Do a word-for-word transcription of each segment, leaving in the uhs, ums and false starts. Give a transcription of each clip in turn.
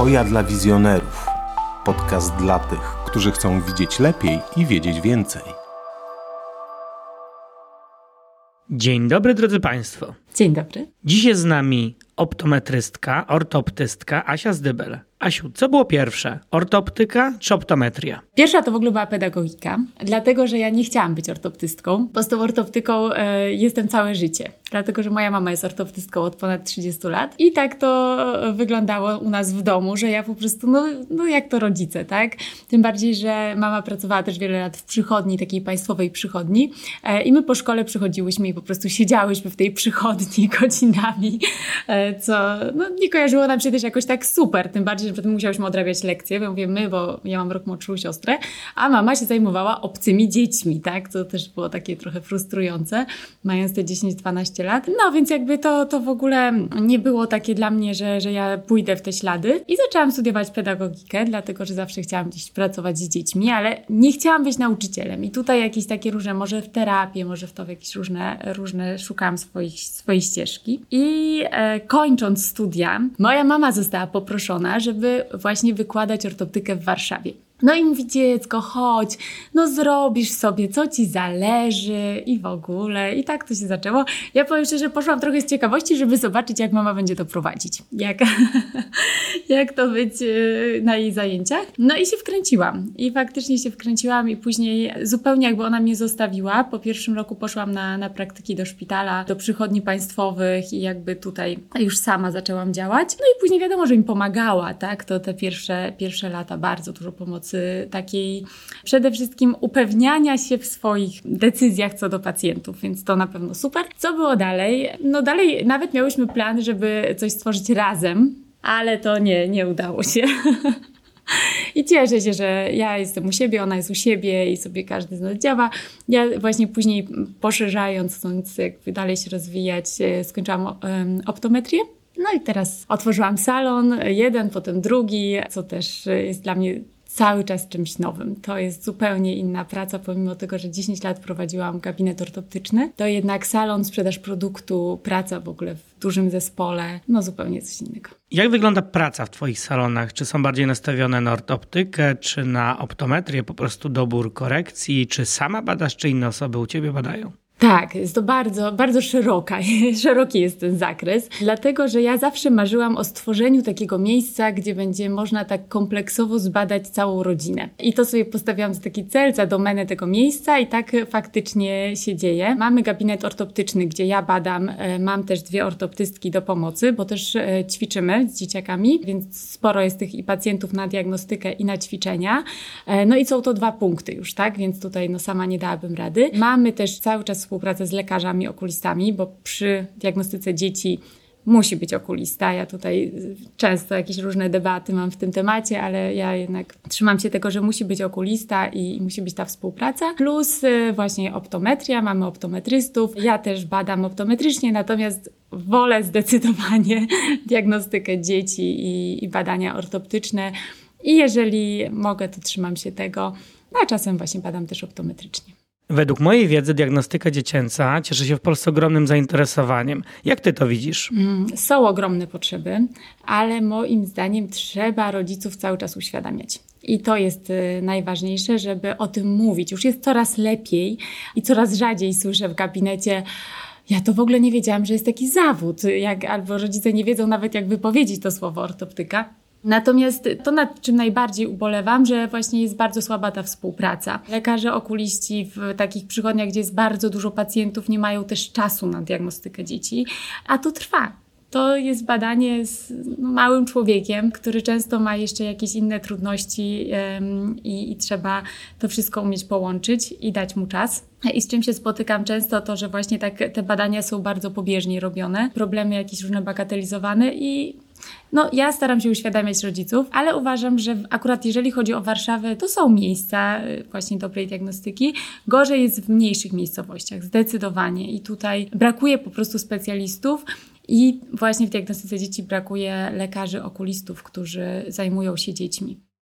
Oja dla wizjonerów. Podcast dla tych, którzy chcą widzieć lepiej i wiedzieć więcej. Dzień dobry, drodzy Państwo. Dzień dobry. Dziś jest z nami optometrystka, ortoptystka Asia Zdybel. Asiu, co było pierwsze? Ortoptyka czy optometria? Pierwsza to w ogóle była pedagogika, dlatego że ja nie chciałam być ortoptystką, bo z tą ortoptyką e, jestem całe życie. Dlatego, że moja mama jest ortoptystką od ponad trzydziestu lat i tak to wyglądało u nas w domu, że ja po prostu, no, no jak to rodzice, tak? Tym bardziej, że mama pracowała też wiele lat w przychodni, takiej państwowej przychodni e, i my po szkole przychodziłyśmy i po prostu siedziałyśmy w tej przychodni godzinami, e, co no, nie kojarzyło nam się też jakoś tak super, tym bardziej, że potem musiałyśmy odrabiać lekcje, bo mówię my, bo ja mam rok młodszą siostrę, a mama się zajmowała obcymi dziećmi, tak? To też było takie trochę frustrujące, mając te dziesięć dwanaście lat. No więc jakby to, to w ogóle nie było takie dla mnie, że, że ja pójdę w te ślady i zaczęłam studiować pedagogikę, dlatego, że zawsze chciałam gdzieś pracować z dziećmi, ale nie chciałam być nauczycielem i tutaj jakieś takie różne, może w terapię, może w to w jakieś różne, różne szukałam swoich, swojej ścieżki i e, kończąc studia, moja mama została poproszona, żeby właśnie wykładać ortoptykę w Warszawie. No i mówi, dziecko, chodź, no zrobisz sobie, co ci zależy i w ogóle. I tak to się zaczęło. Ja powiem szczerze, poszłam trochę z ciekawości, żeby zobaczyć, jak mama będzie to prowadzić. Jak, jak to być na jej zajęciach. No i się wkręciłam. I faktycznie się wkręciłam i później zupełnie jakby ona mnie zostawiła. Po pierwszym roku poszłam na, na praktyki do szpitala, do przychodni państwowych i jakby tutaj już sama zaczęłam działać. No i później wiadomo, że mi pomagała, tak? To te pierwsze, pierwsze lata bardzo dużo pomocy takiej przede wszystkim upewniania się w swoich decyzjach co do pacjentów, więc to na pewno super. Co było dalej? No dalej nawet miałyśmy plan, żeby coś stworzyć razem, ale to nie, nie udało się. I cieszę się, że ja jestem u siebie, ona jest u siebie i sobie każdy z nas działa. Ja właśnie później poszerzając, chcąc jakby dalej się rozwijać, skończyłam um, optometrię. No i teraz otworzyłam salon, jeden, potem drugi, co też jest dla mnie cały czas czymś nowym. To jest zupełnie inna praca, pomimo tego, że dziesięć lat prowadziłam gabinet ortoptyczny, to jednak salon, sprzedaż produktu, praca w ogóle w dużym zespole, no zupełnie coś innego. Jak wygląda praca w Twoich salonach? Czy są bardziej nastawione na ortoptykę, czy na optometrię, po prostu dobór korekcji, czy sama badasz, czy inne osoby u Ciebie badają? Tak, jest to bardzo, bardzo szeroka, szeroki jest ten zakres, dlatego, że ja zawsze marzyłam o stworzeniu takiego miejsca, gdzie będzie można tak kompleksowo zbadać całą rodzinę. I to sobie postawiłam za taki cel, za domenę tego miejsca i tak faktycznie się dzieje. Mamy gabinet ortoptyczny, gdzie ja badam, mam też dwie ortoptystki do pomocy, bo też ćwiczymy z dzieciakami, więc sporo jest tych i pacjentów na diagnostykę i na ćwiczenia. No i są to dwa punkty już, tak? Więc tutaj no sama nie dałabym rady. Mamy też cały czas współpracę z lekarzami, okulistami, bo przy diagnostyce dzieci musi być okulista. Ja tutaj często jakieś różne debaty mam w tym temacie, ale ja jednak trzymam się tego, że musi być okulista i musi być ta współpraca. Plus właśnie optometria, mamy optometrystów. Ja też badam optometrycznie, natomiast wolę zdecydowanie diagnostykę dzieci i, i badania ortoptyczne. I jeżeli mogę, to trzymam się tego, a czasem właśnie badam też optometrycznie. Według mojej wiedzy diagnostyka dziecięca cieszy się w Polsce ogromnym zainteresowaniem. Jak ty to widzisz? Mm, są ogromne potrzeby, ale moim zdaniem trzeba rodziców cały czas uświadamiać. I to jest y, najważniejsze, żeby o tym mówić. Już jest coraz lepiej i coraz rzadziej słyszę w gabinecie: ja to w ogóle nie wiedziałam, że jest taki zawód, jak, albo rodzice nie wiedzą nawet, jak wypowiedzieć to słowo ortoptyka. Natomiast to, nad czym najbardziej ubolewam, że właśnie jest bardzo słaba ta współpraca. Lekarze okuliści w takich przychodniach, gdzie jest bardzo dużo pacjentów, nie mają też czasu na diagnostykę dzieci, a to trwa. To jest badanie z no, małym człowiekiem, który często ma jeszcze jakieś inne trudności ym, i, i trzeba to wszystko umieć połączyć i dać mu czas. I z czym się spotykam często, to że właśnie tak, te badania są bardzo pobieżnie robione, problemy jakieś różne bagatelizowane i no ja staram się uświadamiać rodziców, ale uważam, że akurat jeżeli chodzi o Warszawę, to są miejsca właśnie dobrej diagnostyki. Gorzej jest w mniejszych miejscowościach, zdecydowanie. I tutaj brakuje po prostu specjalistów i właśnie w diagnostyce dzieci brakuje lekarzy okulistów, którzy zajmują się dziećmi.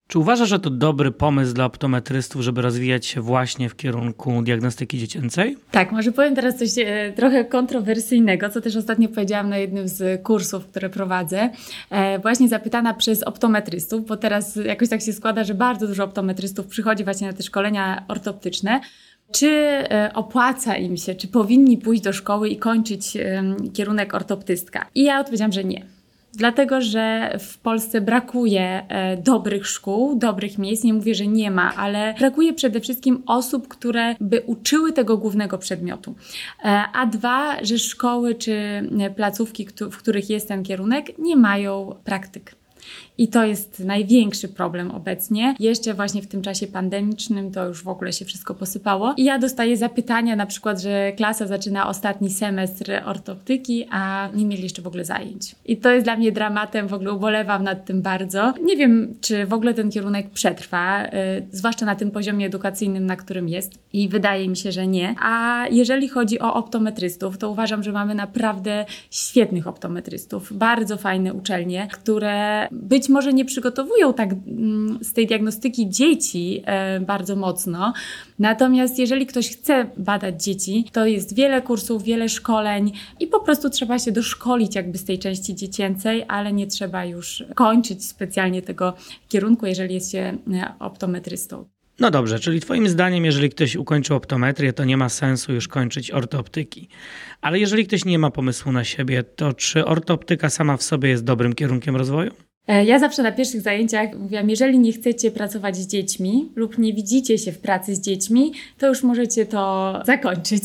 Czy uważasz, że to dobry pomysł dla optometrystów, żeby rozwijać się właśnie w kierunku diagnostyki dziecięcej? Tak, może powiem teraz coś e, trochę kontrowersyjnego, co też ostatnio powiedziałam na jednym z kursów, które prowadzę. E, właśnie zapytana przez optometrystów, bo teraz jakoś tak się składa, że bardzo dużo optometrystów przychodzi właśnie na te szkolenia ortoptyczne. Czy e, opłaca im się, czy powinni pójść do szkoły i kończyć e, kierunek ortoptystka? I ja odpowiedziałam, że nie. Dlatego, że w Polsce brakuje e, dobrych szkół, dobrych miejsc. Nie mówię, że nie ma, ale brakuje przede wszystkim osób, które by uczyły tego głównego przedmiotu. E, a dwa, że szkoły czy placówki, w których jest ten kierunek, nie mają praktyk. I to jest największy problem obecnie. Jeszcze właśnie w tym czasie pandemicznym to już w ogóle się wszystko posypało. I ja dostaję zapytania na przykład, że klasa zaczyna ostatni semestr ortoptyki, a nie mieli jeszcze w ogóle zajęć. I to jest dla mnie dramatem, w ogóle ubolewam nad tym bardzo. Nie wiem, czy w ogóle ten kierunek przetrwa, yy, zwłaszcza na tym poziomie edukacyjnym, na którym jest. I wydaje mi się, że nie. A jeżeli chodzi o optometrystów, to uważam, że mamy naprawdę świetnych optometrystów. Bardzo fajne uczelnie, które być może nie przygotowują tak mm, z tej diagnostyki dzieci e, bardzo mocno. Natomiast jeżeli ktoś chce badać dzieci, to jest wiele kursów, wiele szkoleń i po prostu trzeba się doszkolić jakby z tej części dziecięcej, ale nie trzeba już kończyć specjalnie tego kierunku, jeżeli jest się optometrystą. No dobrze, czyli twoim zdaniem, jeżeli ktoś ukończył optometrię, to nie ma sensu już kończyć ortooptyki. Ale jeżeli ktoś nie ma pomysłu na siebie, to czy ortooptyka sama w sobie jest dobrym kierunkiem rozwoju? Ja zawsze na pierwszych zajęciach mówiłam, jeżeli nie chcecie pracować z dziećmi lub nie widzicie się w pracy z dziećmi, to już możecie to zakończyć.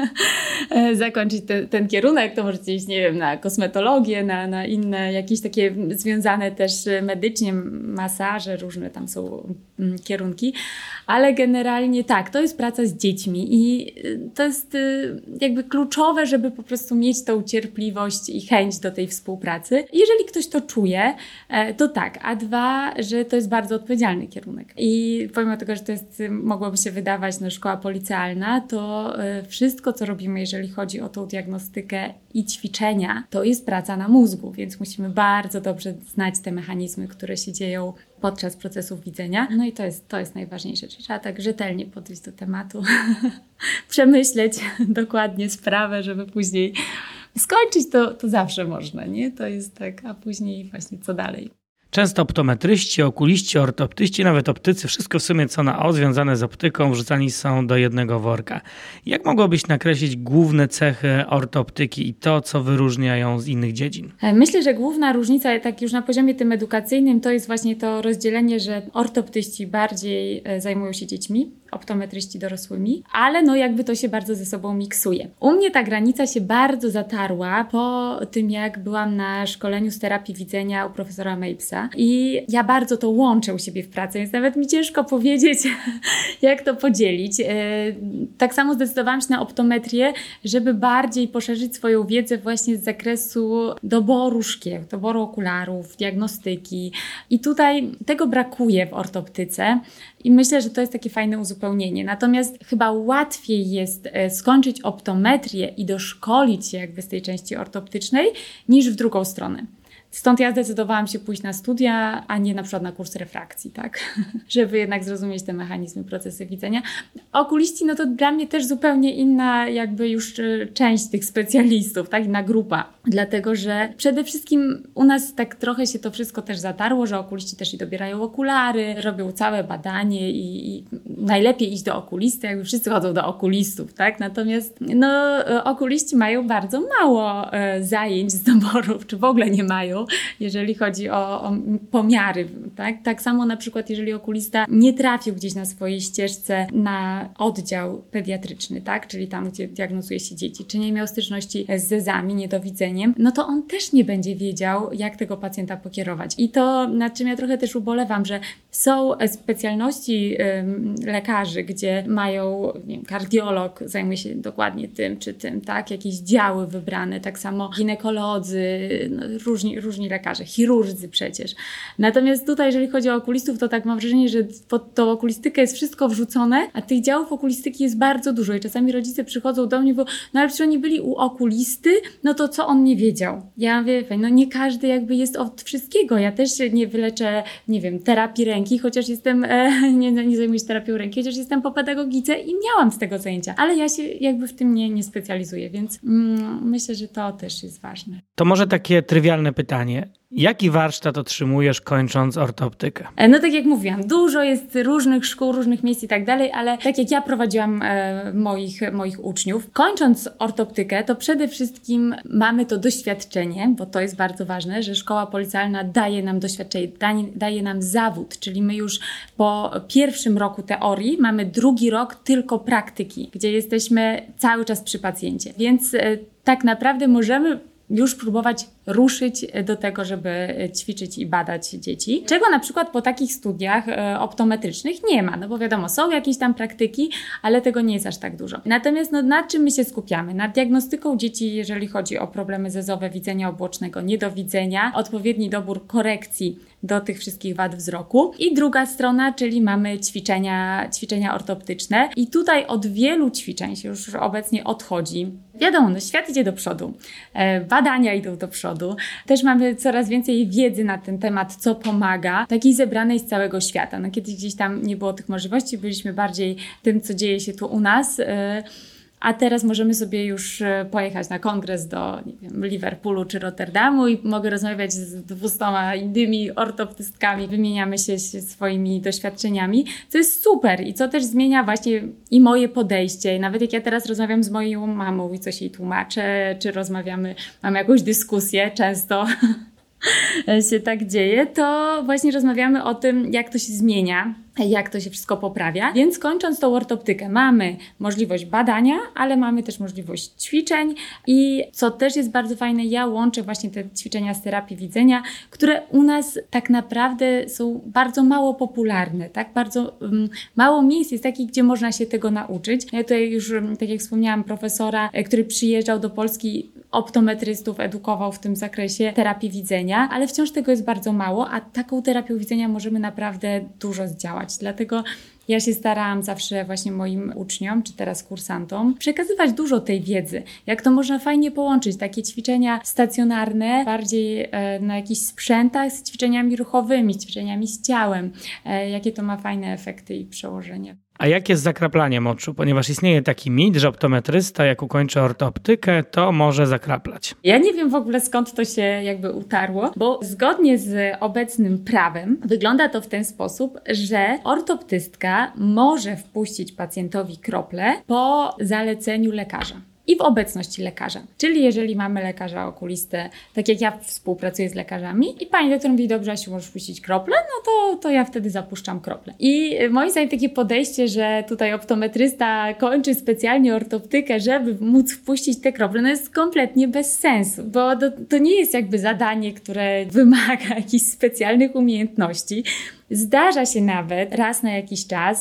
zakończyć ten, ten kierunek, to możecie iść, nie wiem, na kosmetologię, na, na inne jakieś takie związane też medycznie, masaże, różne tam są kierunki. Ale generalnie tak, to jest praca z dziećmi i to jest jakby kluczowe, żeby po prostu mieć tą cierpliwość i chęć do tej współpracy. Jeżeli ktoś to czuje, to tak, a dwa, że to jest bardzo odpowiedzialny kierunek. I pomimo tego, że to jest, mogłoby się wydawać no, szkoła policealna, to wszystko, co robimy, jeżeli chodzi o tą diagnostykę i ćwiczenia, to jest praca na mózgu, więc musimy bardzo dobrze znać te mechanizmy, które się dzieją podczas procesów widzenia. No i to jest, to jest najważniejsze, czyli trzeba tak rzetelnie podejść do tematu, przemyśleć dokładnie sprawę, żeby później skończyć to, to zawsze można, nie? To jest tak, a później właśnie co dalej. Często optometryści, okuliści, ortoptyści, nawet optycy, wszystko w sumie co na O związane z optyką wrzucani są do jednego worka. Jak mogłabyś nakreślić główne cechy ortooptyki i to, co wyróżnia ją z innych dziedzin? Myślę, że główna różnica, tak już na poziomie tym edukacyjnym, to jest właśnie to rozdzielenie, że ortoptyści bardziej zajmują się dziećmi, optometryści dorosłymi, ale no jakby to się bardzo ze sobą miksuje. U mnie ta granica się bardzo zatarła po tym, jak byłam na szkoleniu z terapii widzenia u profesora Mapesa i ja bardzo to łączę u siebie w pracy, więc nawet mi ciężko powiedzieć, jak to podzielić. Tak samo zdecydowałam się na optometrię, żeby bardziej poszerzyć swoją wiedzę właśnie z zakresu doboru szkieł, doboru okularów, diagnostyki i tutaj tego brakuje w ortoptyce. I myślę, że to jest takie fajne uzupełnienie. Natomiast chyba łatwiej jest skończyć optometrię i doszkolić się jakby z tej części ortoptycznej niż w drugą stronę. Stąd ja zdecydowałam się pójść na studia, a nie na przykład na kurs refrakcji, tak? Żeby jednak zrozumieć te mechanizmy, procesy widzenia. Okuliści, no to dla mnie też zupełnie inna jakby już część tych specjalistów, tak? Inna grupa. Dlatego, że przede wszystkim u nas tak trochę się to wszystko też zatarło, że okuliści też i dobierają okulary, robią całe badanie i, i najlepiej iść do okulisty, jakby wszyscy chodzą do okulistów, tak? Natomiast no okuliści mają bardzo mało e, zajęć z doborów, czy w ogóle nie mają, jeżeli chodzi o, o pomiary, tak? Tak samo na przykład, jeżeli okulista nie trafił gdzieś na swojej ścieżce na oddział pediatryczny, tak? Czyli tam, gdzie diagnozuje się dzieci, czy nie miał styczności z zezami, niedowidzeniem, no to on też nie będzie wiedział, jak tego pacjenta pokierować. I to, nad czym ja trochę też ubolewam, że są specjalności ym, lekarzy, gdzie mają, nie wiem, kardiolog zajmuje się dokładnie tym czy tym, tak? Jakieś działy wybrane, tak samo ginekolodzy, no, różni, różni lekarze, chirurdzy przecież. Natomiast tutaj, jeżeli chodzi o okulistów, to tak mam wrażenie, że pod tą okulistykę jest wszystko wrzucone, a tych działów okulistyki jest bardzo dużo i czasami rodzice przychodzą do mnie, bo no ale przecież oni byli u okulisty, no to co on nie wiedział? Ja mówię, no nie każdy jakby jest od wszystkiego. Ja też nie wyleczę, nie wiem, terapii ręki, ręki, chociaż jestem, e, nie, nie zajmuję się terapią ręki, chociaż jestem po pedagogice i miałam z tego zajęcia, ale ja się jakby w tym nie, nie specjalizuję, więc mm, myślę, że to też jest ważne. To może takie trywialne pytanie. Jaki warsztat otrzymujesz kończąc ortooptykę? No tak jak mówiłam, dużo jest różnych szkół, różnych miejsc i tak dalej, ale tak jak ja prowadziłam e, moich, moich uczniów, kończąc ortooptykę, to przede wszystkim mamy to doświadczenie, bo to jest bardzo ważne, że szkoła policealna daje nam doświadczenie, daje, daje nam zawód, czyli my już po pierwszym roku teorii mamy drugi rok tylko praktyki, gdzie jesteśmy cały czas przy pacjencie, więc e, tak naprawdę możemy już próbować ruszyć do tego, żeby ćwiczyć i badać dzieci. Czego na przykład po takich studiach optometrycznych nie ma, no bo wiadomo, są jakieś tam praktyki, ale tego nie jest aż tak dużo. Natomiast no, nad czym my się skupiamy? Nad diagnostyką dzieci, jeżeli chodzi o problemy zezowe, widzenia obłocznego, niedowidzenia, odpowiedni dobór korekcji do tych wszystkich wad wzroku. I druga strona, czyli mamy ćwiczenia, ćwiczenia ortoptyczne i tutaj od wielu ćwiczeń się już obecnie odchodzi. Wiadomo, no świat idzie do przodu, badania idą do przodu. Też mamy coraz więcej wiedzy na ten temat, co pomaga, takiej zebranej z całego świata. No kiedyś gdzieś tam nie było tych możliwości, byliśmy bardziej tym, co dzieje się tu u nas, a teraz możemy sobie już pojechać na kongres do, nie wiem, Liverpoolu czy Rotterdamu i mogę rozmawiać z dwustoma innymi ortoptystkami, wymieniamy się swoimi doświadczeniami, co jest super i co też zmienia właśnie i moje podejście. Nawet jak ja teraz rozmawiam z moją mamą i coś jej tłumaczę, czy rozmawiamy, mamy jakąś dyskusję, często się tak dzieje, to właśnie rozmawiamy o tym, jak to się zmienia, jak to się wszystko poprawia. Więc kończąc tą ortoptykę, mamy możliwość badania, ale mamy też możliwość ćwiczeń i co też jest bardzo fajne, ja łączę właśnie te ćwiczenia z terapii widzenia, które u nas tak naprawdę są bardzo mało popularne, tak? Bardzo um, mało miejsc jest takich, gdzie można się tego nauczyć. Ja tutaj już, tak jak wspomniałam, profesora, który przyjeżdżał do Polski, optometrystów edukował w tym zakresie terapii widzenia, ale wciąż tego jest bardzo mało, a taką terapią widzenia możemy naprawdę dużo zdziałać. Dlatego ja się starałam zawsze właśnie moim uczniom, czy teraz kursantom, przekazywać dużo tej wiedzy. Jak to można fajnie połączyć, takie ćwiczenia stacjonarne, bardziej e, na jakichś sprzętach z ćwiczeniami ruchowymi, z ćwiczeniami z ciałem. E, jakie to ma fajne efekty i przełożenie. A jak jest z zakraplaniem oczu? Ponieważ istnieje taki mit, że optometrysta, jak ukończy ortooptykę, to może zakraplać. Ja nie wiem w ogóle, skąd to się jakby utarło, bo zgodnie z obecnym prawem wygląda to w ten sposób, że ortoptystka może wpuścić pacjentowi krople po zaleceniu lekarza i w obecności lekarza. Czyli jeżeli mamy lekarza okulistę, tak jak ja współpracuję z lekarzami i pani doktor mówi, dobrze, Asiu, możesz puścić krople, no to, to ja wtedy zapuszczam krople. I moim zdaniem takie podejście, że tutaj optometrysta kończy specjalnie ortoptykę, żeby móc wpuścić te krople, no jest kompletnie bez sensu, bo to, to nie jest jakby zadanie, które wymaga jakichś specjalnych umiejętności. Zdarza się nawet raz na jakiś czas,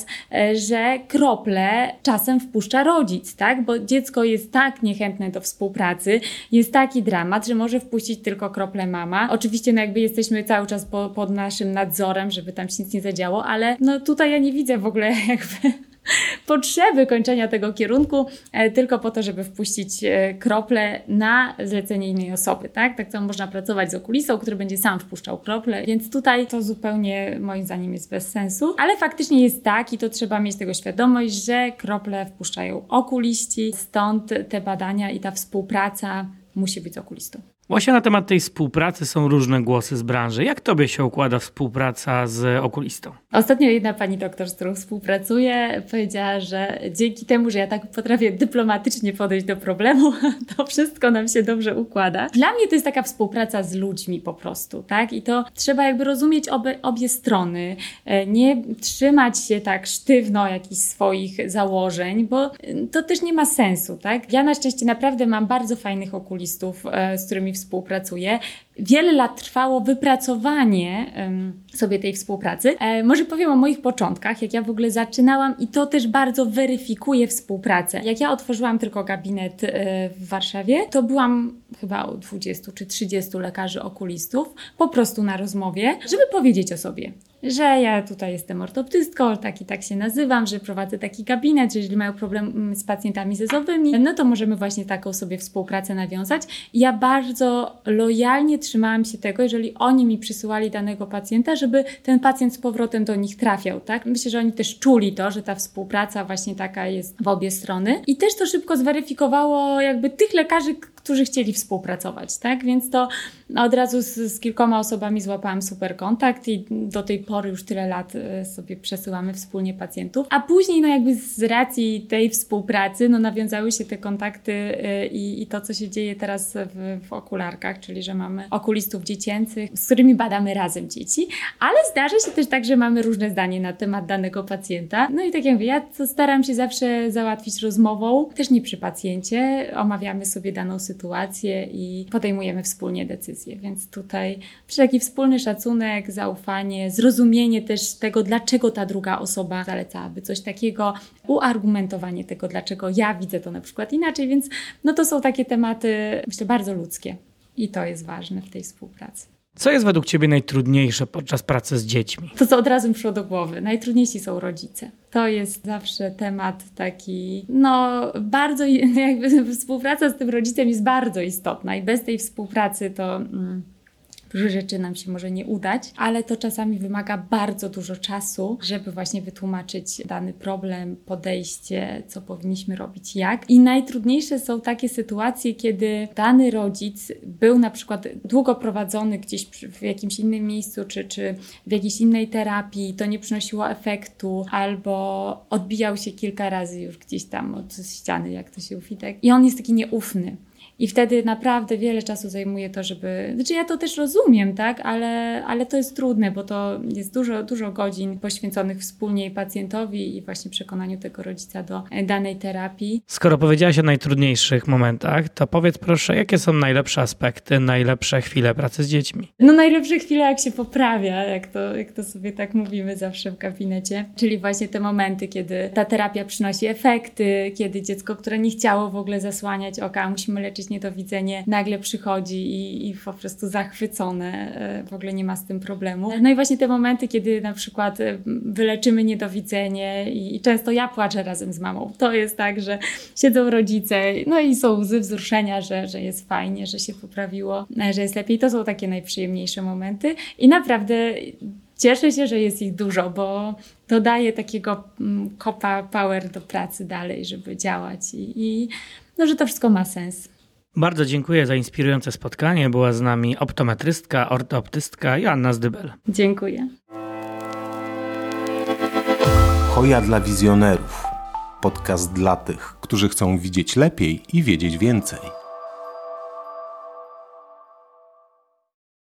że krople czasem wpuszcza rodzic, tak? Bo dziecko jest tak niechętne do współpracy, jest taki dramat, że może wpuścić tylko krople mama. Oczywiście no jakby jesteśmy cały czas po, pod naszym nadzorem, żeby tam się nic nie zadziało, ale no tutaj ja nie widzę w ogóle jakby potrzeby kończenia tego kierunku e, tylko po to, żeby wpuścić e, krople na zlecenie innej osoby, tak? Tak samo można pracować z okulistą, który będzie sam wpuszczał krople, więc tutaj to zupełnie moim zdaniem jest bez sensu, ale faktycznie jest tak i to trzeba mieć tego świadomość, że krople wpuszczają okuliści, stąd te badania i ta współpraca musi być z okulistą. Właśnie na temat tej współpracy są różne głosy z branży. Jak tobie się układa współpraca z okulistą? Ostatnio jedna pani doktor, z którą współpracuję, powiedziała, że dzięki temu, że ja tak potrafię dyplomatycznie podejść do problemu, to wszystko nam się dobrze układa. Dla mnie to jest taka współpraca z ludźmi po prostu, tak? I to trzeba jakby rozumieć obie, obie strony, nie trzymać się tak sztywno jakichś swoich założeń, bo to też nie ma sensu, tak? Ja na szczęście naprawdę mam bardzo fajnych okulistów, z którymi współpracuję. Wiele lat trwało wypracowanie um, sobie tej współpracy. E, może powiem o moich początkach, jak ja w ogóle zaczynałam i to też bardzo weryfikuje współpracę. Jak ja otworzyłam tylko gabinet e, w Warszawie, to byłam chyba u dwudziestu czy trzydziestu lekarzy okulistów po prostu na rozmowie, żeby powiedzieć o sobie. że ja tutaj jestem ortoptystką, tak i tak się nazywam, że prowadzę taki gabinet, że jeżeli mają problem z pacjentami zezowymi, no to możemy właśnie taką sobie współpracę nawiązać. I ja bardzo lojalnie trzymałam się tego, jeżeli oni mi przysyłali danego pacjenta, żeby ten pacjent z powrotem do nich trafiał, tak? Myślę, że oni też czuli to, że ta współpraca właśnie taka jest w obie strony. I też to szybko zweryfikowało jakby tych lekarzy, którzy chcieli współpracować, tak? Więc to od razu z, z kilkoma osobami złapałam super kontakt i do tej pory już tyle lat sobie przesyłamy wspólnie pacjentów. A później no jakby z racji tej współpracy no nawiązały się te kontakty i, i to, co się dzieje teraz w, w okularkach, czyli że mamy okulistów dziecięcych, z którymi badamy razem dzieci, ale zdarza się też tak, że mamy różne zdanie na temat danego pacjenta. No i tak jak mówię, ja to staram się zawsze załatwić rozmową, też nie przy pacjencie, omawiamy sobie daną sytuację, sytuację i podejmujemy wspólnie decyzje. Więc tutaj przy taki wspólny szacunek, zaufanie, zrozumienie też tego, dlaczego ta druga osoba zalecałaby coś takiego, uargumentowanie tego, dlaczego ja widzę to na przykład inaczej, więc no to są takie tematy, myślę, bardzo ludzkie i to jest ważne w tej współpracy. Co jest według Ciebie najtrudniejsze podczas pracy z dziećmi? To, co od razu mi przyszło do głowy. Najtrudniejsi są rodzice. To jest zawsze temat taki, no bardzo, jakby współpraca z tym rodzicem jest bardzo istotna i bez tej współpracy to... Mm, dużo rzeczy nam się może nie udać, ale to czasami wymaga bardzo dużo czasu, żeby właśnie wytłumaczyć dany problem, podejście, co powinniśmy robić, jak. I najtrudniejsze są takie sytuacje, kiedy dany rodzic był na przykład długo prowadzony gdzieś w jakimś innym miejscu, czy, czy w jakiejś innej terapii, to nie przynosiło efektu, albo odbijał się kilka razy już gdzieś tam od ściany, jak to się mówi, tak? I on jest taki nieufny. I wtedy naprawdę wiele czasu zajmuje to, żeby... Znaczy ja to też rozumiem, tak? Ale, ale to jest trudne, bo to jest dużo, dużo godzin poświęconych wspólnie pacjentowi i właśnie przekonaniu tego rodzica do danej terapii. Skoro powiedziałaś o najtrudniejszych momentach, to powiedz proszę, jakie są najlepsze aspekty, najlepsze chwile pracy z dziećmi? No najlepsze chwile, jak się poprawia, jak to, jak to sobie tak mówimy zawsze w gabinecie. Czyli właśnie te momenty, kiedy ta terapia przynosi efekty, kiedy dziecko, które nie chciało w ogóle zasłaniać oka, musimy leczyć niedowidzenie, nagle przychodzi i, i po prostu zachwycone, w ogóle nie ma z tym problemu. No i właśnie te momenty, kiedy na przykład wyleczymy niedowidzenie i, i często ja płaczę razem z mamą. To jest tak, że siedzą rodzice, no i są łzy wzruszenia, że, że jest fajnie, że się poprawiło, że jest lepiej. To są takie najprzyjemniejsze momenty i naprawdę cieszę się, że jest ich dużo, bo to daje takiego kopa power do pracy dalej, żeby działać i, i no, że to wszystko ma sens. Bardzo dziękuję za inspirujące spotkanie. Była z nami optometrystka, ortoptystka Joanna Zdybel. Dziękuję. Hoja dla wizjonerów. Podcast dla tych, którzy chcą widzieć lepiej i wiedzieć więcej.